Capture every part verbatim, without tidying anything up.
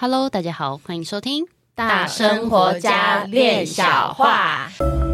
Hello， 大家好，欢迎收听大生活家练小话。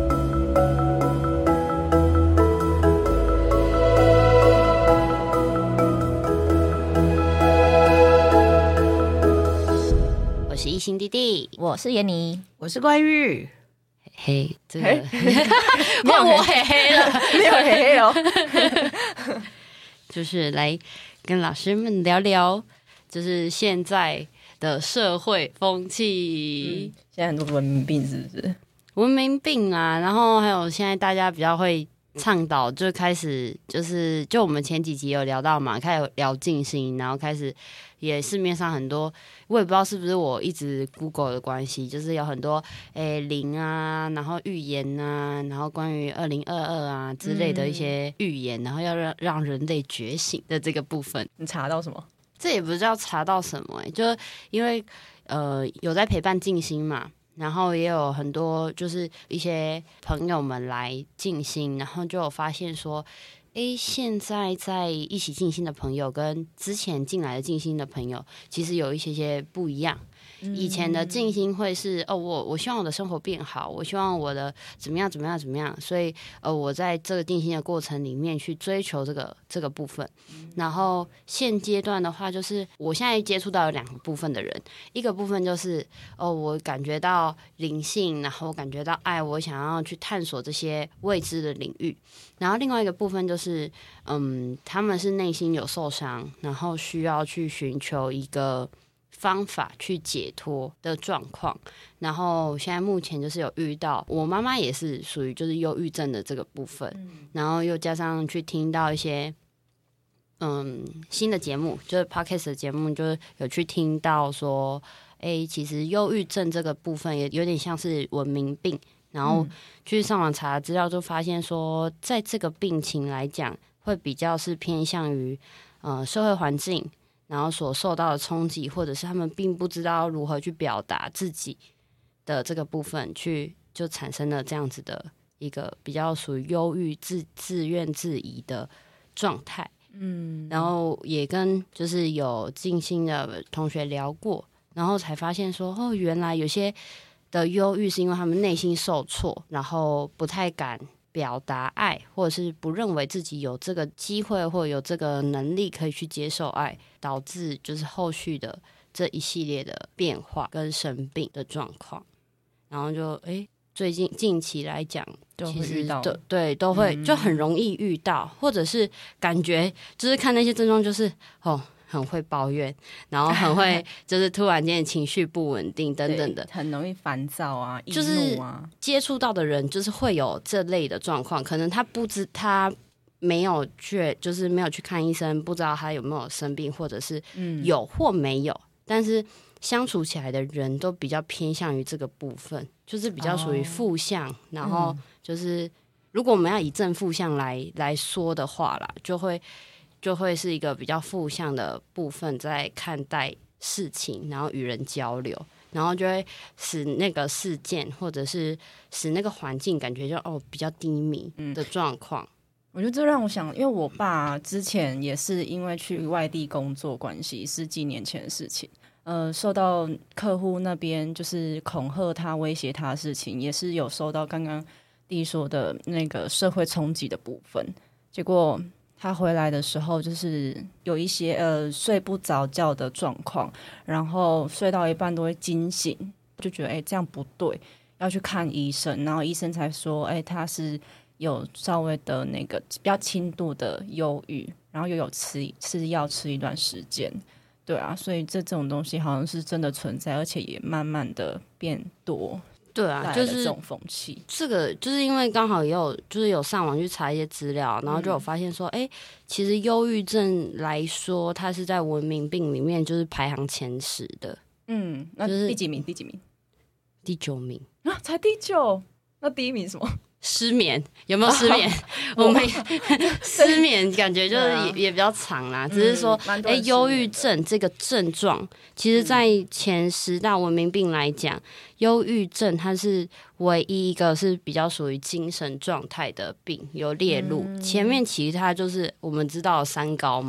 我是一心弟弟， 我是妍妮， 我是关玉。 嘿嘿，这个换我嘿嘿了， 没有嘿嘿哦， 就是来跟老师们聊聊，就是现在的社会风气。 嗯、现在很多文明病是不是？ 文明病啊，然后还有现在大家比较会倡导，就开始就是就我们前几集有聊到嘛，开始聊静心，然后开始也市面上很多，我也不知道是不是我一直 Google 的关系，就是有很多诶灵啊，然后预言啊，然后关于二零二二啊之类的一些预言，嗯、然后要让让人类觉醒的这个部分。 你查到什么？ 这也不知道查到什么、欸，就因为呃有在陪伴静心嘛。然后也有很多就是一些朋友们来静心，然后就有发现说，诶，现在在一起静心的朋友跟之前进来的静心的朋友，其实有一些些不一样。以前的静心会是哦，我我希望我的生活变好，我希望我的怎么样怎么样怎么样，所以呃，我在这个静心的过程里面去追求这个这个部分。然后现阶段的话，就是我现在接触到有两个部分的人，一个部分就是哦，我感觉到灵性，然后我感觉到爱，我想要去探索这些未知的领域。然后另外一个部分就是，嗯，他们是内心有受伤，然后需要去寻求一个方法去解脱的状况。然后现在目前就是有遇到，我妈妈也是属于就是忧郁症的这个部分，嗯、然后又加上去听到一些嗯新的节目，就是 podcast 的节目，就是有去听到说，哎，其实忧郁症这个部分也有点像是文明病。然后去上网查资料，就发现说，在这个病情来讲，会比较是偏向于呃社会环境，然后所受到的冲击，或者是他们并不知道如何去表达自己的这个部分，去就产生了这样子的一个比较属于忧郁、自自怨自艾的状态。嗯，然后也跟就是有静心的同学聊过，然后才发现说，哦，原来有些的忧郁是因为他们内心受挫，然后不太敢表达爱，或者是不认为自己有这个机会或有这个能力可以去接受爱，导致就是后续的这一系列的变化跟生病的状况。然后就诶最近近期来讲，其实都对都会、嗯、就很容易遇到，或者是感觉就是看那些症状就是哦很会抱怨，然后很会就是突然间情绪不稳定等等的， 很容易烦躁啊，易怒啊， 就是接触到的人就是会有这类的状况，可能他不知他没有去就是没有去看医生，不知道他有没有生病，或者是有或没有、嗯、但是相处起来的人都比较偏向于这个部分，就是比较属于负向、哦、然后就是如果我们要以正负向来来说的话啦，就会就会是一个比较负向的部分在看待事情，然后与人交流，然后就会使那个事件或者是使那个环境感觉就哦比较低迷的状况、嗯。 我觉得这让我想，因为我爸之前也是因为去外地工作关系，十几年前的事情，呃，受到客户那边就是恐吓他、威胁他的事情，也是有受到刚刚弟说的那个社会冲击的部分，结果他回来的时候就是有一些呃睡不着觉的状况，然后睡到一半都会惊醒，就觉得哎这样不对，要去看医生，然后医生才说哎他是有稍微的那个比较轻度的忧郁，然后又有吃吃药吃一段时间，对啊，所以这这种东西好像是真的存在，而且也慢慢的变多。 对啊，就是这种风气， 这个就是因为刚好也有就是有上网去查一些资料，然后就有发现说，哎、嗯，其实忧郁症来说，它是在文明病里面就是排行前十的。 嗯，那第几名？第几名？ 第九名啊，才第九？那第一名是什么？ 失眠，有没有失眠？我们失眠感觉就是也, 也比较长啦，只是说，哎、嗯，忧郁症这个症状，其实在前十大文明病来讲，忧郁症它是唯一一个是比较属于精神状态的病有列入、嗯、前面其他就是我们知道的三高嘛，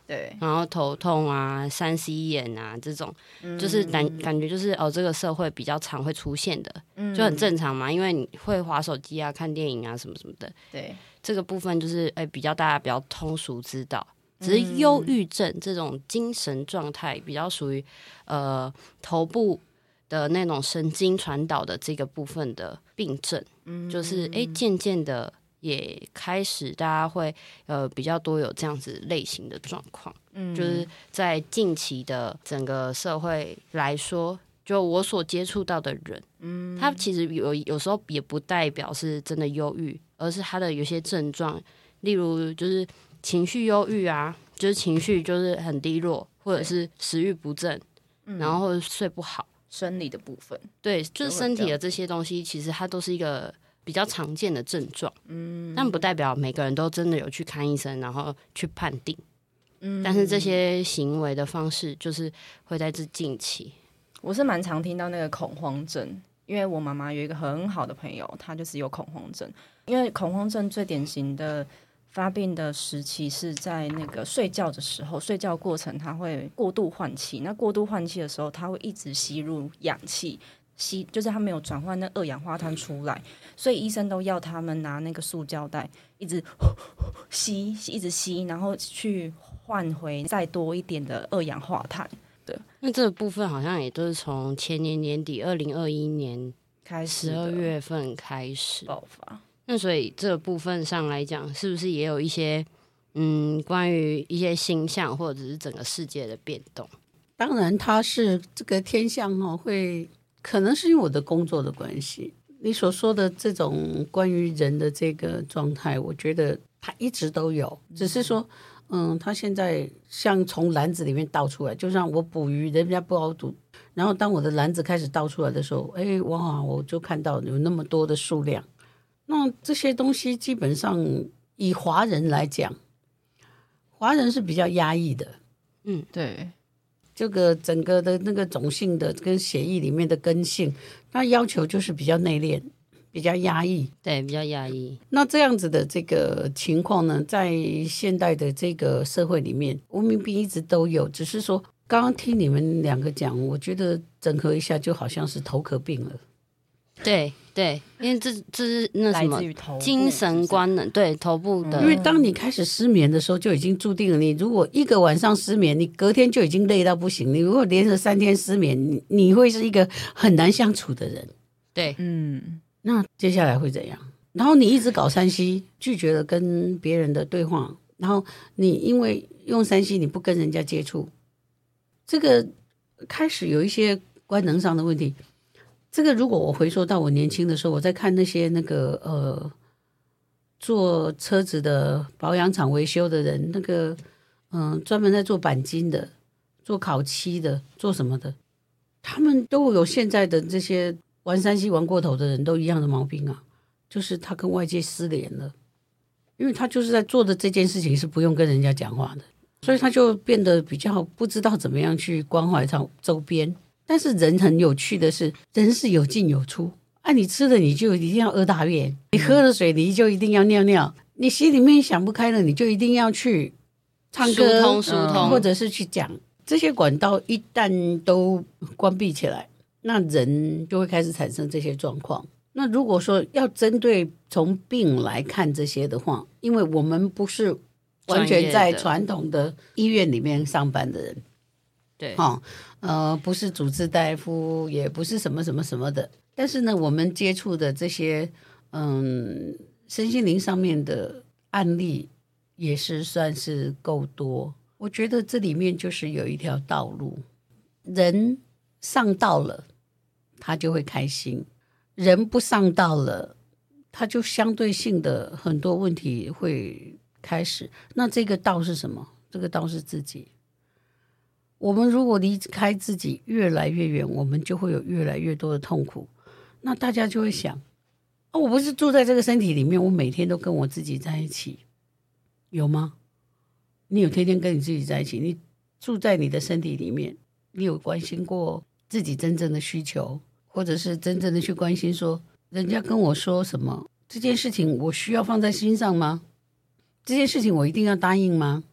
对， 然后头痛啊、三 C 眼啊这种，嗯、就是感感觉就是哦，这个社会比较常会出现的，嗯、就很正常嘛，因为你会滑手机啊、看电影啊什么什么的。 对， 这个部分就是哎，比较大家比较通俗知道。只是忧郁症这种精神状态比较属于呃头部的那种神经传导的这个部分的病症，嗯、就是哎渐渐的也开始大家会呃比较多有这样子类型的状况，嗯、就是在近期的整个社会来说，就我所接触到的人，嗯，他其实有有时候也不代表是真的忧郁，而是他的有些症状，例如就是情绪忧郁啊，就是情绪就是很低落，或者是食欲不振，然后或者睡不好， 生理的部分， 对，就是身体的这些东西，其实它都是一个比较常见的症状，嗯，但不代表每个人都真的有去看医生，然后去判定，嗯，但是这些行为的方式就是会在这近期， 我是蛮常听到那个恐慌症，因为我妈妈有一个很好的朋友，她就是有恐慌症，因为恐慌症最典型的发病的时期是在那个睡觉的时候，睡觉过程他会过度换气，那过度换气的时候，他会一直吸入氧气，吸就是他没有转换那二氧化碳出来，所以医生都要他们拿那个塑胶袋一直吸，一直吸，然后去换回再多一点的二氧化碳。对， 那这个部分好像也都是从前年年底二零二一年开始十二月份开始爆发。 那所以这个部分上来讲，是不是也有一些嗯关于一些星象或者是整个世界的变动？ 当然，它是这个天象哦，会可能是因为我的工作的关系。你所说的这种关于人的这个状态，我觉得它一直都有，只是说，嗯，它现在像从篮子里面倒出来，就像我捕鱼，人家不好捕，然后当我的篮子开始倒出来的时候，哎，哇，我就看到有那么多的数量。那这些东西基本上以华人来讲，华人是比较压抑的， 嗯，对， 这个整个的那个种姓的跟血液里面的根性，它要求就是比较内敛，比较压抑， 对，比较压抑。 那这样子的这个情况呢，在现代的这个社会里面，文明病一直都有，只是说刚刚听你们两个讲，我觉得整合一下，就好像是头壳病了。 对对，因为这这是那什么精神官能，对头部的。 因为当你开始失眠的时候，就已经注定了你如果一个晚上失眠，你隔天就已经累到不行。你如果连着三天失眠，你你会是一个很难相处的人。 对， 嗯， 那接下来会怎样？然后你一直搞三 C， 拒绝了跟别人的对话，然后你因为用三 C 你不跟人家接触，这个开始有一些官能上的问题。这个如果我回溯到我年轻的时候，我在看那些那个呃做车子的保养厂维修的人，那个嗯、呃、专门在做钣金的、做烤漆的、做什么的，他们都有现在的这些玩三 C 玩过头的人都一样的毛病啊，就是他跟外界失联了，因为他就是在做的这件事情是不用跟人家讲话的，所以他就变得比较不知道怎么样去关怀他周边。但是人很有趣的是，人是有进有出啊，你吃了你就一定要屙大便，你喝了水你就一定要尿尿，你心里面想不开了你就一定要去唱歌疏通疏通、 嗯、或者是去讲，这些管道一旦都关闭起来，那人就会开始产生这些状况。那如果说要针对从病来看这些的话，因为我们不是完全在传统的医院里面上班的人， 对， 哦，呃，不是主治大夫，也不是什么什么什么的，但是呢，我们接触的这些嗯身心灵上面的案例也是算是够多。我觉得这里面就是有一条道路，人上道了，他就会开心；人不上道了，他就相对性的很多问题会开始。那这个道是什么？这个道是自己。我们如果离开自己越来越远，我们就会有越来越多的痛苦。那大家就会想，哦，我不是住在这个身体里面，我每天都跟我自己在一起，有吗？你有天天跟你自己在一起，你住在你的身体里面，你有关心过自己真正的需求，或者是真正的去关心说，人家跟我说什么，这件事情我需要放在心上吗？这件事情我一定要答应吗？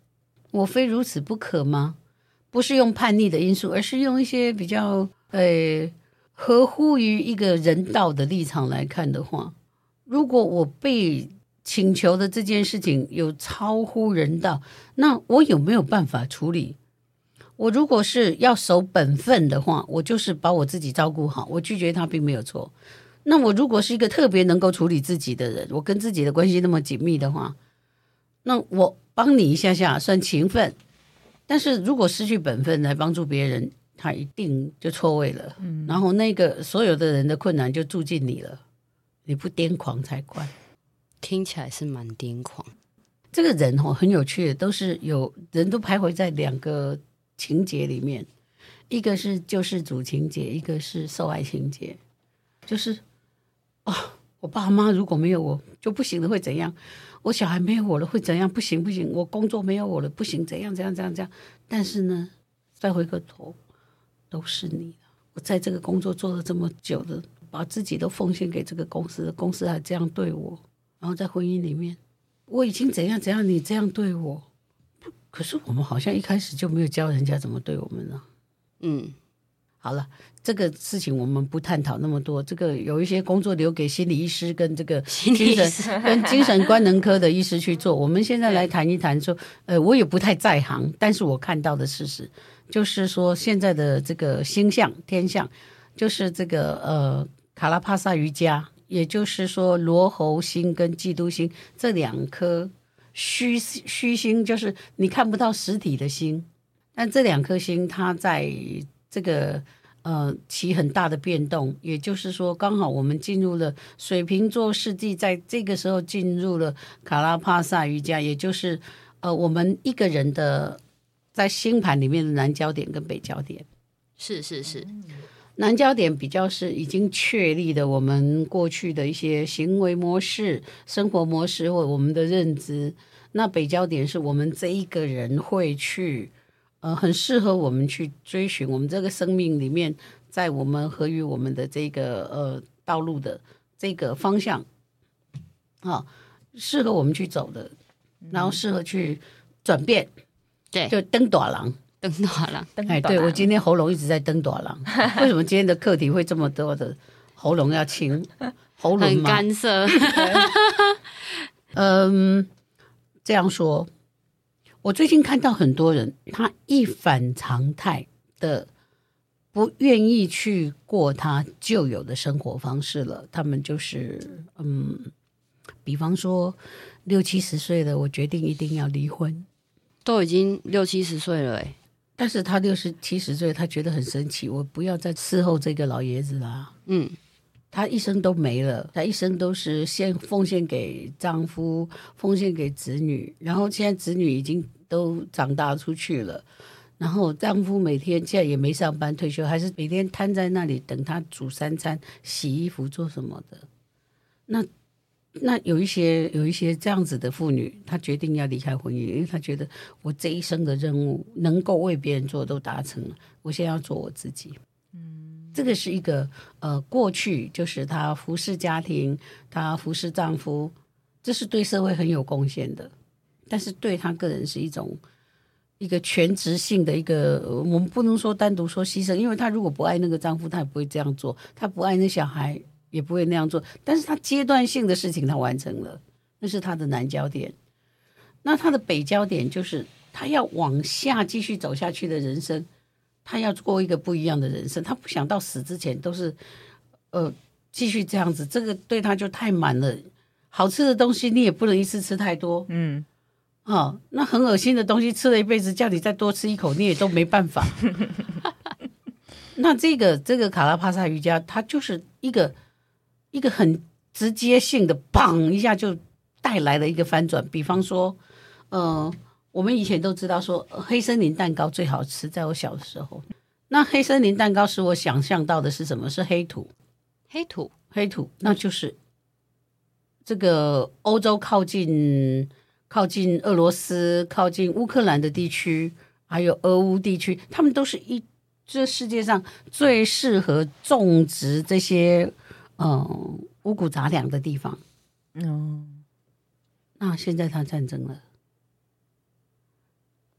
我非如此不可吗？不是用叛逆的因素，而是用一些比较呃合乎于一个人道的立场来看的话，如果我被请求的这件事情有超乎人道，那我有没有办法处理？我如果是要守本分的话，我就是把我自己照顾好，我拒绝他并没有错。那我如果是一个特别能够处理自己的人，我跟自己的关系那么紧密的话，那我帮你一下下算情分。但是如果失去本分来帮助别人，他一定就错位了。嗯，然后那个所有的人的困难就住进你了，你不癫狂才怪。 听起来是蛮癫狂。 这个人哦很有趣的，都是有人都徘徊在两个情节里面，一个是救世主情节，一个是受爱情节。就是哦，我爸妈如果没有我就不行了，会怎样？我小孩没有我了会怎样？不行不行，我工作没有我了不行，怎样怎样怎样怎样？但是呢，再回个头，都是你的。我在这个工作做了这么久的，把自己都奉献给这个公司，公司还这样对我，然后在婚姻里面，我已经怎样怎样，你这样对我，可是我们好像一开始就没有教人家怎么对我们了。嗯。好了，这个事情我们不探讨那么多。这个有一些工作留给心理医师跟这个精神跟精神官能科的医师去做。我们现在来谈一谈说，呃，我也不太在行，但是我看到的事实就是说，现在的这个星象天象，就是这个呃卡拉帕萨瑜伽，也就是说罗喉星跟基督星这两颗虚虚星，就是你看不到实体的星，但这两颗星它在这个呃起很大的变动，也就是说刚好我们进入了水瓶座世纪，在这个时候进入了卡拉帕萨瑜伽，也就是呃我们一个人的在星盘里面的南焦点跟北焦点。 是是是， 南焦点比较是已经确立的我们过去的一些行为模式、生活模式或我们的认知，那北焦点是我们这一个人会去呃，很适合我们去追寻我们这个生命里面，在我们合于我们的这个呃道路的这个方向，啊，适合我们去走的，然后适合去转变， 对， 就登大郎， 登大郎， 哎，对我今天喉咙一直在登大郎，为什么今天的课题会这么多的喉咙要清，喉咙很干涩， 嗯，这样说。我最近看到很多人，他一反常态的不愿意去过他旧有的生活方式了。他们就是嗯，比方说六七十岁了，我决定一定要离婚， 都已经六七十岁了哎， 但是他六十七十岁，他觉得很神奇，我不要再伺候这个老爷子啦。嗯。她一生都没了，她一生都是先奉献给丈夫，奉献给子女，然后现在子女已经都长大出去了，然后丈夫每天现在也没上班退休，还是每天瘫在那里等她煮三餐、洗衣服做什么的。那那有一些有一些这样子的妇女，她决定要离开婚姻，因为她觉得我这一生的任务能够为别人做都达成了，我现在要做我自己。这个是一个呃，过去就是她服侍家庭，她服侍丈夫，这是对社会很有贡献的，但是对她个人是一种一个全职性的一个，我们不能说单独说牺牲，因为她如果不爱那个丈夫，她也不会这样做，她不爱那小孩也不会那样做，但是她阶段性的事情她完成了，那是她的南焦点。那她的北焦点就是她要往下继续走下去的人生，他要过一个不一样的人生，他不想到死之前都是呃继续这样子，这个对他就太满了。好吃的东西你也不能一次吃太多，嗯，哦，那很恶心的东西吃了一辈子，叫你再多吃一口你也都没办法。那这个这个卡拉帕萨瑜伽，它就是一个一个很直接性的，砰一下就带来了一个翻转。比方说，呃。我们以前都知道说黑森林蛋糕最好吃，在我小的时候，那黑森林蛋糕使我想象到的是什么？是黑土， 黑土， 黑土，那就是这个欧洲靠近靠近俄罗斯、靠近乌克兰的地区，还有俄乌地区，他们都是一这世界上最适合种植这些嗯五谷杂粮的地方。嗯，那现在它战争了。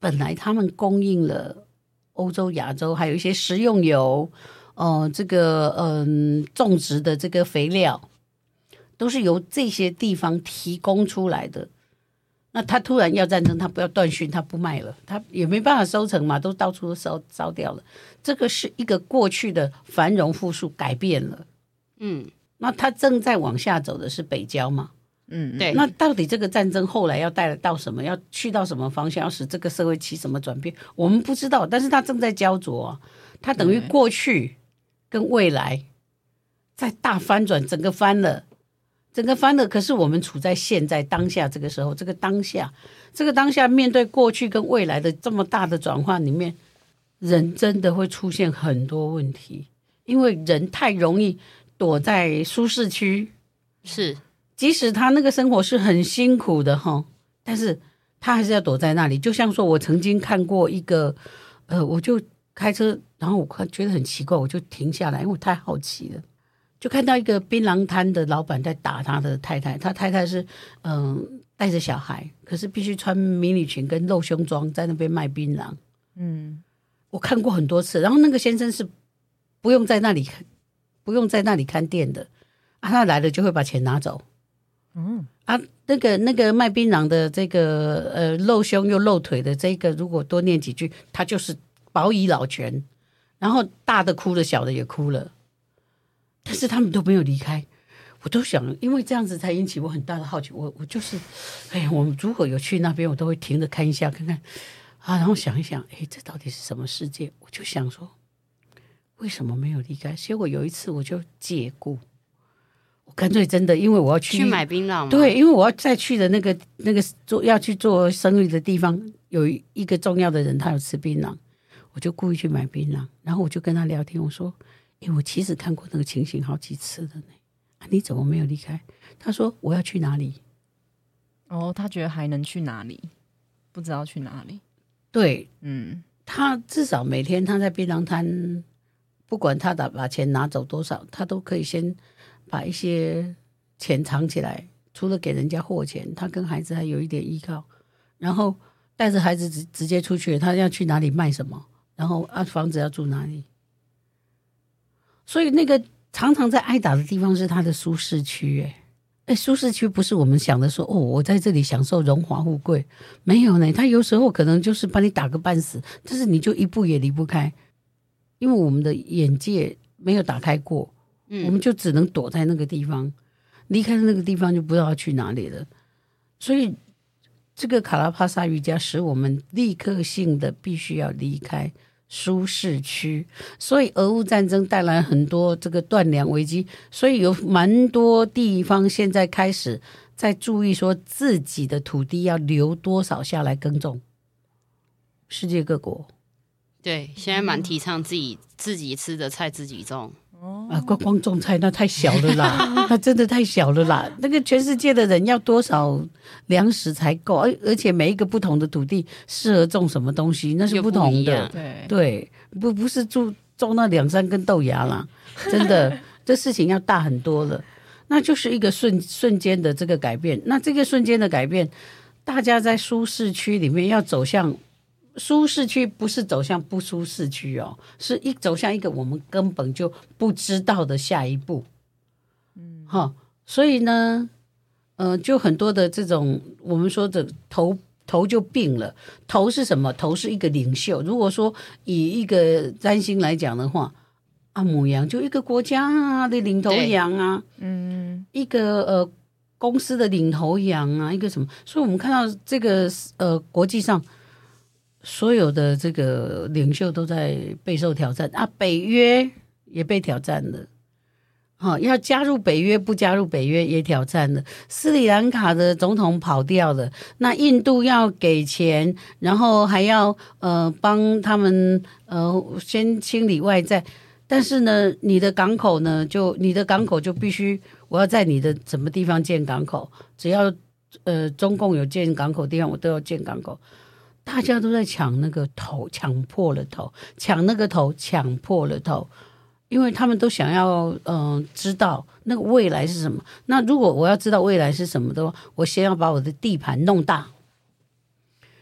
本来他们供应了欧洲、亚洲，还有一些食用油，呃，这个嗯、呃、种植的这个肥料，都是由这些地方提供出来的。那他突然要战争，他不要断讯，他不卖了，他也没办法收成嘛，都到处都烧烧掉了。这个是一个过去的繁荣富庶改变了， 嗯， 那他正在往下走的是北交嘛， 嗯， 对。 那到底这个战争后来要带到什么，要去到什么方向，要使这个社会起什么转变，我们不知道，但是他正在焦灼啊，他等于过去跟未来在大翻转，整个翻了。整个翻了，可是我们处在现在当下这个时候，这个当下，这个当下面对过去跟未来的这么大的转换里面，人真的会出现很多问题，因为人太容易躲在舒适区， 是， 即使他那个生活是很辛苦的哈，但是他还是要躲在那里。就像说我曾经看过一个，呃，我就开车，然后我觉得很奇怪，我就停下来，因为我太好奇了。就看到一个槟榔摊的老板在打他的太太，他太太是嗯带着小孩，可是必须穿迷你裙跟露胸装在那边卖槟榔。嗯，我看过很多次。然后那个先生是不用在那里不用在那里看店的啊，他来了就会把钱拿走。嗯啊，那个那个卖槟榔的这个呃露胸又露腿的这个，如果多念几句，他就是保以老全。然后大的哭了，小的也哭了。但是他们都没有离开，我都想，因为这样子才引起我很大的好奇。我我就是，哎呀，我们如果有去那边，我都会停着看一下，看看啊，然后想一想，哎，这到底是什么世界？我就想说，为什么没有离开？结果有一次我就借故，我干脆真的，因为我要去去买槟榔嘛， 对，因为我要再去的那个那个做要去做生意的地方，有一个重要的人，他有吃槟榔，我就故意去买槟榔，然后我就跟他聊天，我说。因为我其实看过那个情形好几次了呢，啊，你怎么没有离开？他说我要去哪里？ 哦，他觉得还能去哪里？不知道去哪里。 对， 嗯， 他至少每天他在槟榔摊，不管他打把钱拿走多少，他都可以先把一些钱藏起来，除了给人家货钱，他跟孩子还有一点依靠，然后带着孩子直直接出去，他要去哪里卖什么，然后啊房子要住哪里。所以那个常常在挨打的地方是他的舒适区，哎，哎，舒适区不是我们想的说哦，我在这里享受荣华富贵，没有呢，他有时候可能就是把你打个半死，但是你就一步也离不开，因为我们的眼界没有打开过，嗯，我们就只能躲在那个地方，离开那个地方就不知道要去哪里了。所以这个卡拉帕萨瑜伽使我们立刻性的必须要离开舒适区，所以俄乌战争带来很多这个断粮危机，所以有蛮多地方现在开始在注意说自己的土地要留多少下来耕种。世界各国对现在蛮提倡自己自己吃的菜自己种。 啊，光光种菜那太小了啦，那真的太小了啦。那个全世界的人要多少粮食才够？而而且每一个不同的土地适合种什么东西，那是不同的。 对对，不不是种种那两三根豆芽啦，真的，这事情要大很多了。那就是一个瞬瞬间的这个改变。那这个瞬间的改变，大家在舒适区里面要走向。舒适区不是走向不舒适区哦，是一走向一个我们根本就不知道的下一步。嗯，哈，所以呢，呃，就很多的这种我们说的头头就病了。头是什么？头是一个领袖。如果说以一个占星来讲的话，啊，牡羊就一个国家的领头羊啊，嗯，一个呃公司的领头羊啊，一个什么？所以我们看到这个呃国际上。所有的这个领袖都在备受挑战啊，北约也被挑战了，哦，要加入北约不加入北约也挑战了。斯里兰卡的总统跑掉了，那印度要给钱，然后还要呃帮他们呃先清理外债，但是呢，你的港口呢，就你的港口就必须我要在你的什么地方建港口，只要呃中共有建港口的地方，我都要建港口。大家都在抢那个头，抢破了头，抢那个头，抢破了头，因为他们都想要嗯、呃、知道那个未来是什么。那如果我要知道未来是什么的话，我先要把我的地盘弄大。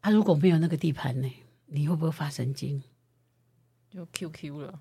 啊，如果没有那个地盘呢，你会不会发神经？ 就 Q Q 了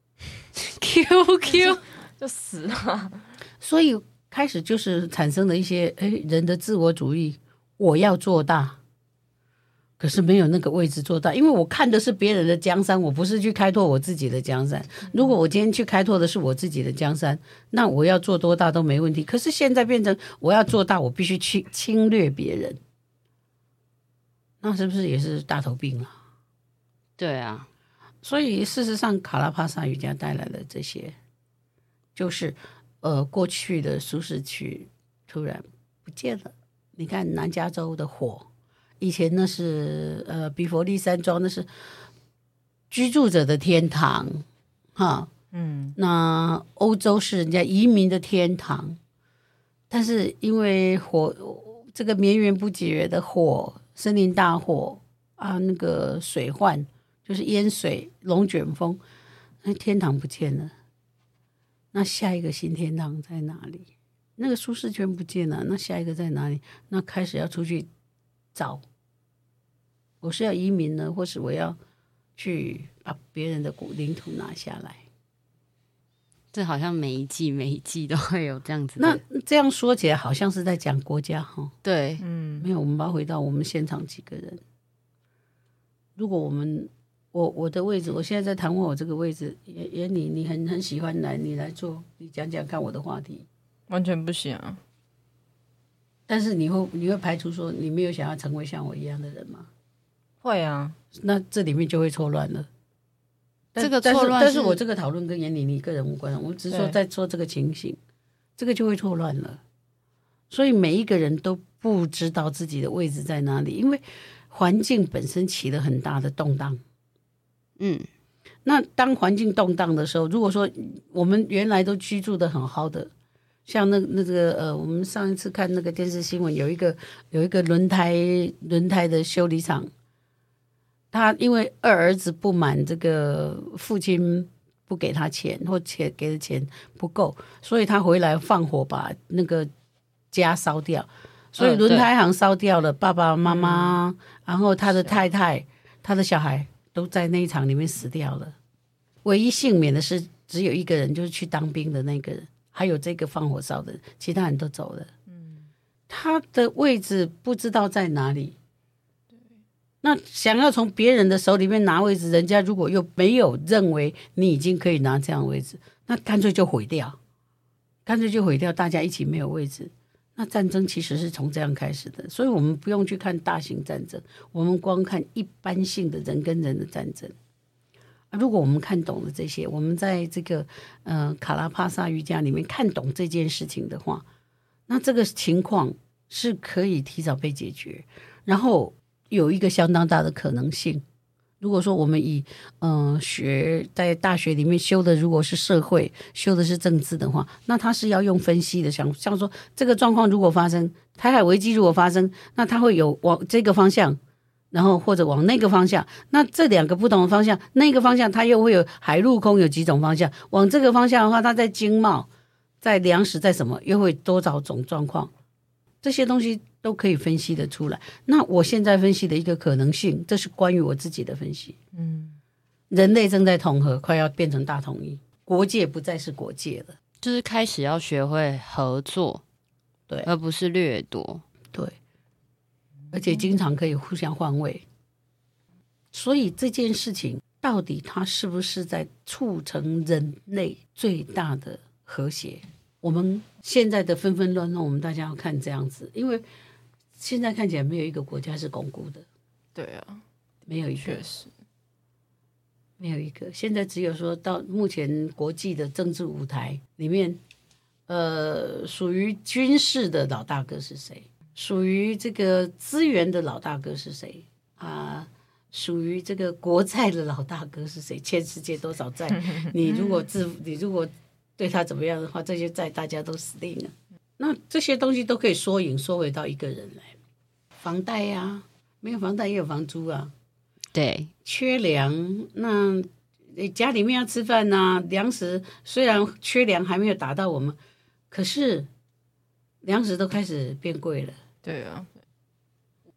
，Q Q 就死了。 所以开始就是产生了一些哎人的自我主义，我要做大。可是没有那个位置做大，因为我看的是别人的江山，我不是去开拓我自己的江山。如果我今天去开拓的是我自己的江山，那我要做多大都没问题。可是现在变成我要做大，我必须去侵略别人，那是不是也是大头病了？ 对啊， 所以事实上，卡拉帕萨瑜伽带来的这些，就是呃过去的舒适区突然不见了。你看南加州的火。以前那是呃比佛利山庄，那是居住者的天堂，哈，嗯，那欧洲是人家移民的天堂，但是因为火这个绵延不绝的火，森林大火啊，那个水患就是淹水、龙卷风，那天堂不见了，那下一个新天堂在哪里？那个舒适圈不见了，那下一个在哪里？那开始要出去找。我是要移民呢，或是我要去把别人的领土拿下来？ 这好像每一季每一季都会有这样子的。 那这样说起来，好像是在讲国家哈。 对， 嗯， 没有，我们把它回到我们现场几个人。如果我们我我的位置，我现在在谈话，我这个位置也也你你很很喜欢来，你来做，你讲讲看我的话题， 完全不行啊。 但是你会你会排除说你没有想要成为像我一样的人吗？ 会啊， 那这里面就会错乱了。 这个错乱但是，但是我这个讨论跟眼里你个人无关，我只是说在说这个情形，这个就会错乱了。所以每一个人都不知道自己的位置在哪里，因为环境本身起了很大的动荡。 嗯， 那当环境动荡的时候，如果说我们原来都居住的很好的，像那那个呃，我们上一次看那个电视新闻，有一个有一个轮胎轮胎的修理厂。他因为二儿子不满这个父亲不给他钱，或钱给的钱不够，所以他回来放火把那个家烧掉，所以轮胎行烧掉了，嗯、爸爸妈妈、嗯，然后他的太太、他的小孩都在那一场里面死掉了。唯一幸免的是只有一个人，就是去当兵的那个人，还有这个放火烧的人，其他人都走了。嗯，他的位置不知道在哪里。那想要从别人的手里面拿位置，人家如果又没有认为你已经可以拿这样的位置，那干脆就毁掉，干脆就毁掉，大家一起没有位置。那战争其实是从这样开始的，所以我们不用去看大型战争，我们光看一般性的人跟人的战争。如果我们看懂了这些，我们在这个呃卡拉帕萨瑜伽里面看懂这件事情的话，那这个情况是可以提早被解决，然后有一个相当大的可能性。如果说我们以嗯、呃、学在大学里面修的如果是社会，修的是政治的话，那他是要用分析的，像像说这个状况如果发生，台海危机如果发生，那他会有往这个方向，然后或者往那个方向，那这两个不同的方向，那个方向它又会有海陆空有几种方向，往这个方向的话，它在经贸、在粮食、在什么又会多少种状况，这些东西都可以分析得出来。那我现在分析的一个可能性，这是关于我自己的分析。嗯，人类正在统合，快要变成大统一，国界不再是国界了， 就是开始要学会合作， 对， 而不是掠夺， 对，而且经常可以互相换位。所以这件事情到底它是不是在促成人类最大的和谐？我们现在的纷纷乱乱，我们大家要看这样子，因为现在看起来没有一个国家是巩固的。 对啊， 没有一个， 确实没有一个。现在只有说到目前国际的政治舞台里面，呃，属于军事的老大哥是谁？属于这个资源的老大哥是谁啊？属于这个国债的老大哥是谁？欠世界多少债？你如果自你如果对他怎么样的话，这些债大家都死定了。那这些东西都可以缩影缩回到一个人来，房贷呀、啊，没有房贷也有房租啊。 对， 缺粮，那家里面要吃饭呐、啊，粮食虽然缺粮还没有达到我们，可是粮食都开始变贵了。 对啊，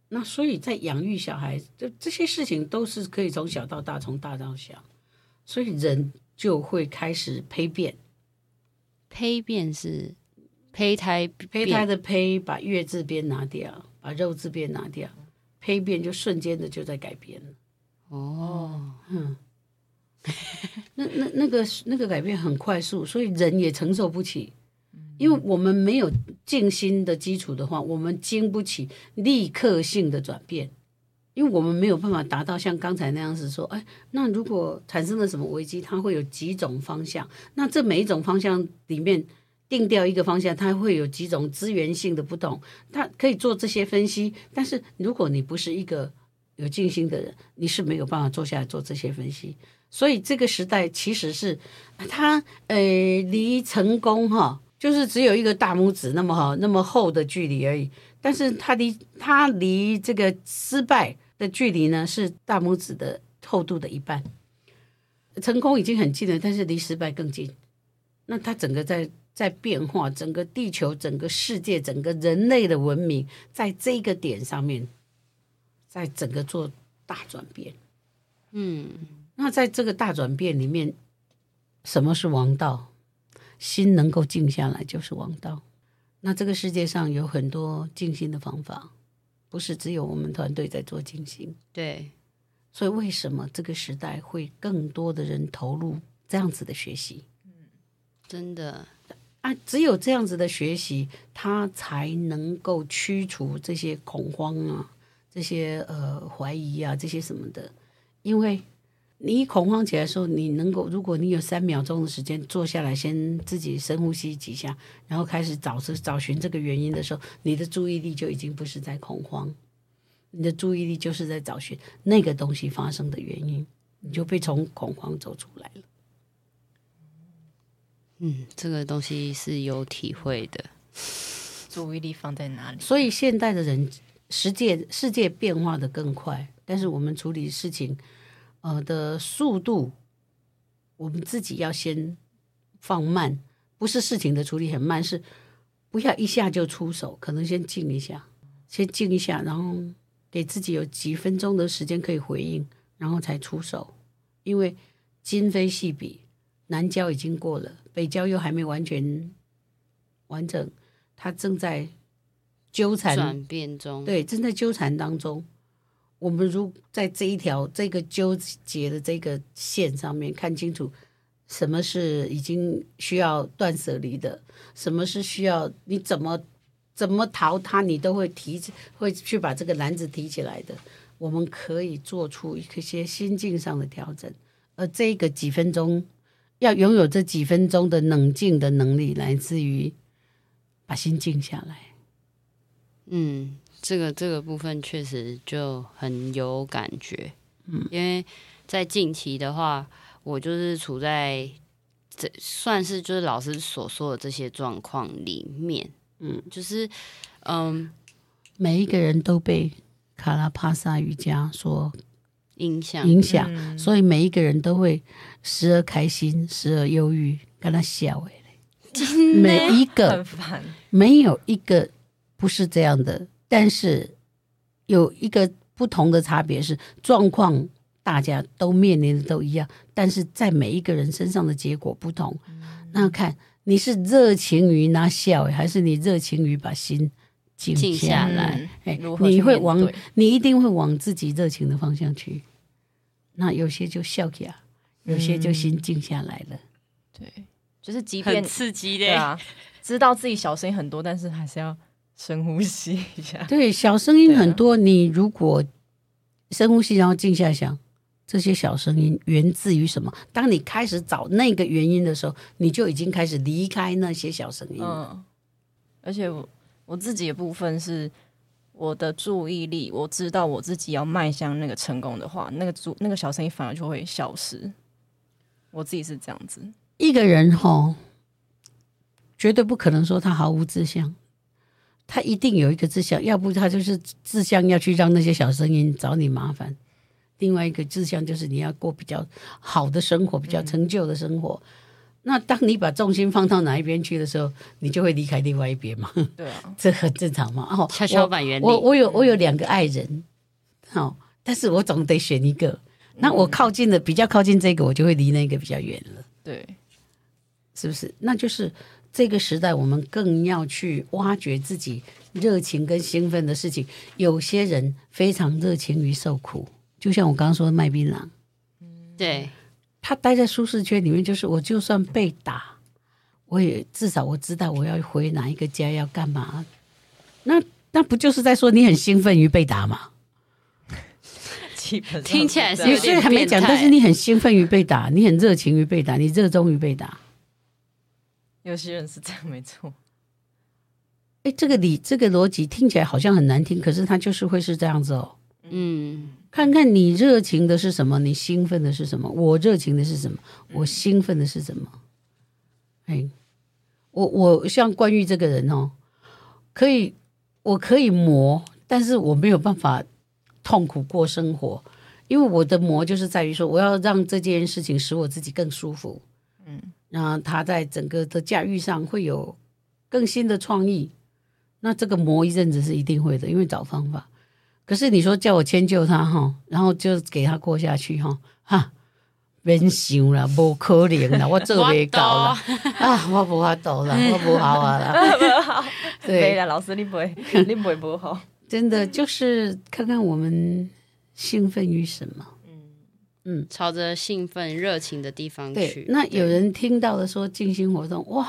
那所以在养育小孩，就这些事情都是可以从小到大，从大到小，所以人就会开始胚变。 胚变是胚胎变， 胚胎的胚把月字边拿掉，把肉字边拿掉，胚变就瞬间的就在改变了。 哦， 嗯，那那那个那个改变很快速，所以人也承受不起，因为我们没有静心的基础的话，我们经不起立刻性的转变，因为我们没有办法达到像刚才那样子说，哎，那如果产生了什么危机，它会有几种方向，那这每一种方向里面定掉一个方向，它会有几种资源性的不同，它可以做这些分析，但是如果你不是一个有静心的人，你是没有办法坐下来做这些分析。所以这个时代其实是它呃离成功哈，就是只有一个大拇指那么好那么厚的距离而已，但是它离它离这个失败的距离呢是大拇指的厚度的一半。成功已经很近了，但是离失败更近。那它整个在在变化，整个地球、整个世界、整个人类的文明，在这个点上面，在整个做大转变。 嗯， 那在这个大转变里面，什么是王道？心能够静下来就是王道。那这个世界上有很多静心的方法，不是只有我们团队在做静心。 对， 所以为什么这个时代会更多的人投入这样子的学习？ 真的啊，只有这样子的学习，他才能够驱除这些恐慌啊，这些呃怀疑啊，这些什么的。因为你一恐慌起来的时候，你能够，如果你有三秒钟的时间坐下来，先自己深呼吸几下，然后开始找找寻这个原因的时候，你的注意力就已经不是在恐慌，你的注意力就是在找寻那个东西发生的原因，你就被从恐慌走出来了。 嗯，这个东西是有体会的。 注意力放在哪里？ 所以现代的人，世界世界变化的更快，但是我们处理事情，呃的速度，我们自己要先放慢，不是事情的处理很慢，是不要一下就出手，可能先静一下，先静一下，然后给自己有几分钟的时间可以回应，然后才出手，因为今非昔比。南郊已经过了，北郊又还没完全完整，它正在纠缠转变中， 对，正在纠缠当中。我们如在这一条这个纠结的这个线上面看清楚，什么是已经需要断舍离的，什么是需要你怎么怎么逃它，你都会提会去把这个篮子提起来的。我们可以做出一些心境上的调整，而这个几分钟。要拥有这几分钟的冷静的能力，来自于把心静下来。 嗯，这个这个部分确实就很有感觉。嗯，因为在近期的话，我就是处在这算是就是老师所说的这些状况里面。嗯，就是嗯， 每一个人都被卡拉帕萨瑜伽所影响影响、 嗯， 所以每一个人都会时而开心，时而忧郁，跟他笑诶。每一个很烦， 没有一个不是这样的，但是有一个不同的差别是，状况大家都面临的都一样，但是在每一个人身上的结果不同。嗯、那看你是热情于那笑，还是你热情于把心静下来？哎、嗯，你会往你一定会往自己热情的方向去。那有些就笑起来，有些就心静下来了。 嗯、对。就是即便很刺激的， 对啊，知道自己小声音很多，但是还是要深呼吸一下。 对，小声音很多，你如果深呼吸，然后静下想，这些小声音源自于什么？当你开始找那个原因的时候，你就已经开始离开那些小声音了。 嗯，而且我我自己的部分是我的注意力，我知道我自己要迈向那个成功的话，那个注那个小声音反而就会消失。我自己是这样子。 一个人齁，绝对不可能说他毫无志向，他一定有一个志向，要不他就是志向要去让那些小声音找你麻烦。另外一个志向就是你要过比较好的生活，比较成就的生活。嗯、 那当你把重心放到哪一边去的时候，你就会离开另外一边嘛。 对啊， 这很正常嘛。哦， 跷跷板原理。 我我有我有两个爱人，好、哦，但是我总得选一个。那我靠近的比较靠近这个，我就会离那个比较远了。 对， 是不是？那就是这个时代，我们更要去挖掘自己热情跟兴奋的事情。有些人非常热情于受苦，就像我刚刚说的卖槟榔， 对。 他待在舒适圈里面，就是我就算被打，我也至少我知道我要回哪一个家要干嘛。那那不就是在说你很兴奋于被打吗？ 基本上听起来是你有点虽然没讲， 变态但是你很兴奋于被打，你很热情于被打，你热衷于被打。 有些人是这样，没错。 哎，这个理这个逻辑听起来好像很难听，可是它就是会是这样子哦。 嗯， 看看你热情的是什么，你兴奋的是什么？我热情的是什么？我兴奋的是什么？哎，我我像冠玉这个人哦，可以，我可以磨，但是我没有办法痛苦过生活，因为我的磨就是在于说，我要让这件事情使我自己更舒服，嗯，然后他在整个的驾驭上会有更新的创意。那这个磨一阵子是一定会的，因为找方法。可是你说叫我迁就他哈，然后就给他过下去哈，哈，免想啦，不可能啦，我做不到啦，啊，我不法度啦，我不好啊啦， 对啦，老师你不会，你不会不好， 真的就是看看我们兴奋于什么，嗯嗯， 朝着兴奋热情的地方对。 去。 那有人听到的说静心活动，哇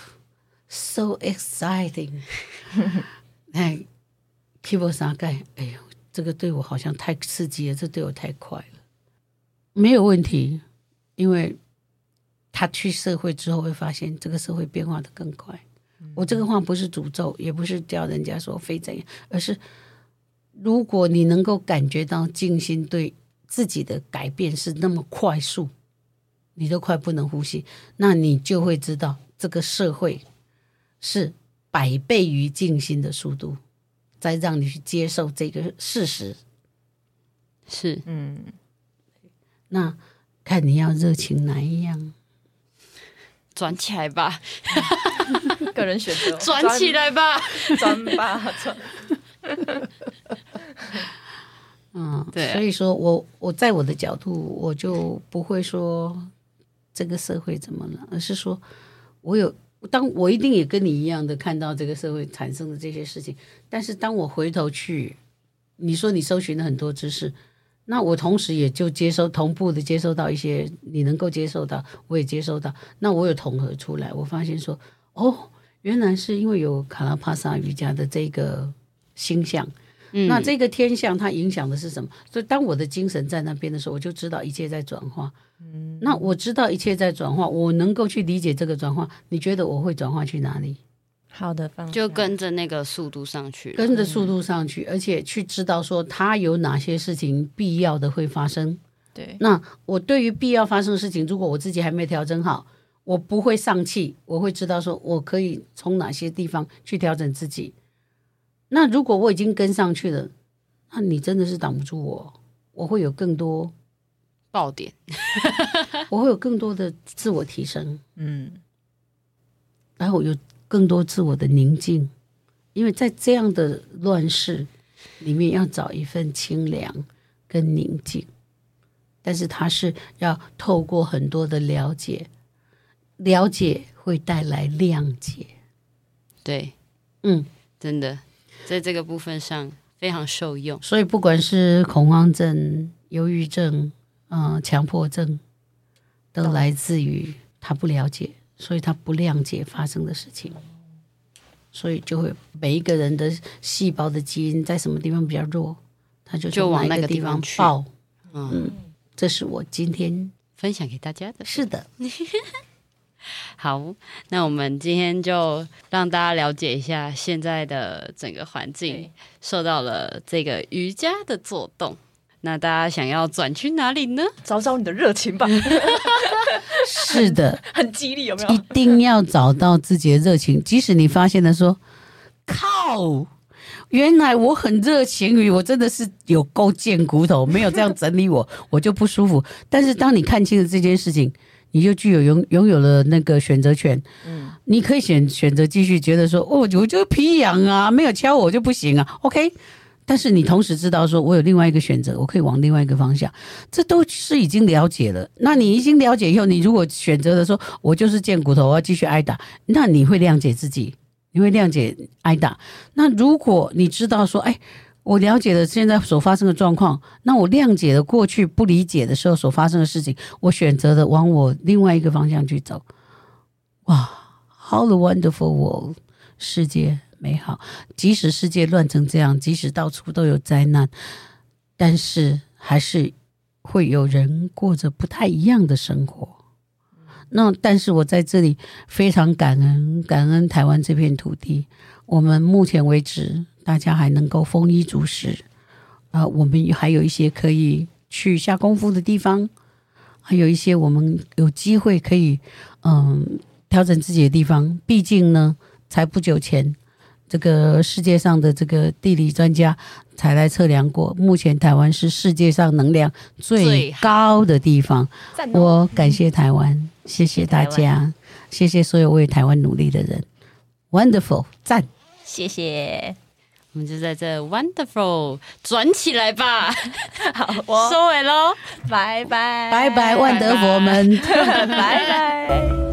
，so exciting， 哎。keyboard 三盖，哎呦，这个对我好像太刺激了，这对我太快了。没有问题，因为他去社会之后会发现这个社会变化的更快。嗯、我这个话不是诅咒，也不是叫人家说非怎样，而是如果你能够感觉到静心对自己的改变是那么快速，你都快不能呼吸，那你就会知道这个社会是百倍于静心的速度。再让你去接受这个事实， 是， 嗯， 那看你要热情哪一样， 转起来吧， 个人选择， 转起来吧， 转吧，转。 嗯， 对、啊， 所以说我我在我的角度，我就不会说这个社会怎么了，而是说我有。当我一定也跟你一样的看到这个社会产生的这些事情，但是当我回头去，你说你搜寻了很多知识，那我同时也就接收同步的接收到一些你能够接受到，我也接收到，那我有统合出来，我发现说，哦，原来是因为有卡拉帕萨瑜伽的这个星象。嗯、那这个天象它影响的是什么？所以当我的精神在那边的时候，我就知道一切在转化。嗯、那我知道一切在转化，我能够去理解这个转化。你觉得我会转化去哪里？ 好的方向， 就跟着那个速度上去， 跟着速度上去，而且去知道说它有哪些事情必要的会发生。 对， 那我对于必要发生的事情，如果我自己还没调整好，我不会丧气，我会知道说我可以从哪些地方去调整自己。那如果我已经跟上去了，那你真的是挡不住我，我会有更多爆点， 我会有更多的自我提升， 嗯， 然后有更多自我的宁静，因为在这样的乱世里面，要找一份清凉跟宁静，但是它是要透过很多的了解，了解会带来谅解， 对， 嗯， 真的。在这个部分上非常受用， 所以不管是恐慌症、忧郁症、呃、强迫症，都来自于他不了解，所以他不谅解发生的事情，所以就会每一个人的细胞的基因在什么地方比较弱，他就就往那个地方去爆。 嗯， 嗯，这是我今天分享给大家的。 是的。 好，那我们今天就让大家了解一下现在的整个环境受到了这个瑜伽的作动。那大家想要转去哪里呢？ 找找你的热情吧。 是的， 很激励，有没有？ 一定要找到自己的热情，即使你发现了说，靠，原来我很热情于我真的是有够贱骨头，没有这样整理我，我就不舒服。但是当你看清了这件事情， 你就具有拥拥有了那个选择权。嗯，你可以选选择继续觉得说，哦，我就皮痒啊，没有敲我就不行啊 ，OK。但是你同时知道说我有另外一个选择，我可以往另外一个方向，这都是已经了解了。那你已经了解以后，你如果选择的说我就是贱骨头，我要继续挨打，那你会谅解自己，你会谅解挨打。那如果你知道说，哎，我了解了现在所发生的状况，那我谅解了过去不理解的时候所发生的事情，我选择的往我另外一个方向去走。哇 ，How the wonderful world， 世界美好，即使世界乱成这样，即使到处都有灾难，但是还是会有人过着不太一样的生活。那但是我在这里非常感恩感恩台湾这片土地，我们目前为止大家还能够丰衣足食，呃，我们还有一些可以去下功夫的地方，还有一些我们有机会可以嗯调整自己的地方。毕竟呢，才不久前这个世界上的这个地理专家才来测量过，目前台湾是世界上能量最高的地方。我感谢台湾，谢谢大家，谢谢所有为台湾努力的人。Wonderful， 赞， 谢谢。 我们就在这 wonderful 转起来吧。 好， 收尾喽， 拜拜， 拜拜，万德佛们， 拜拜。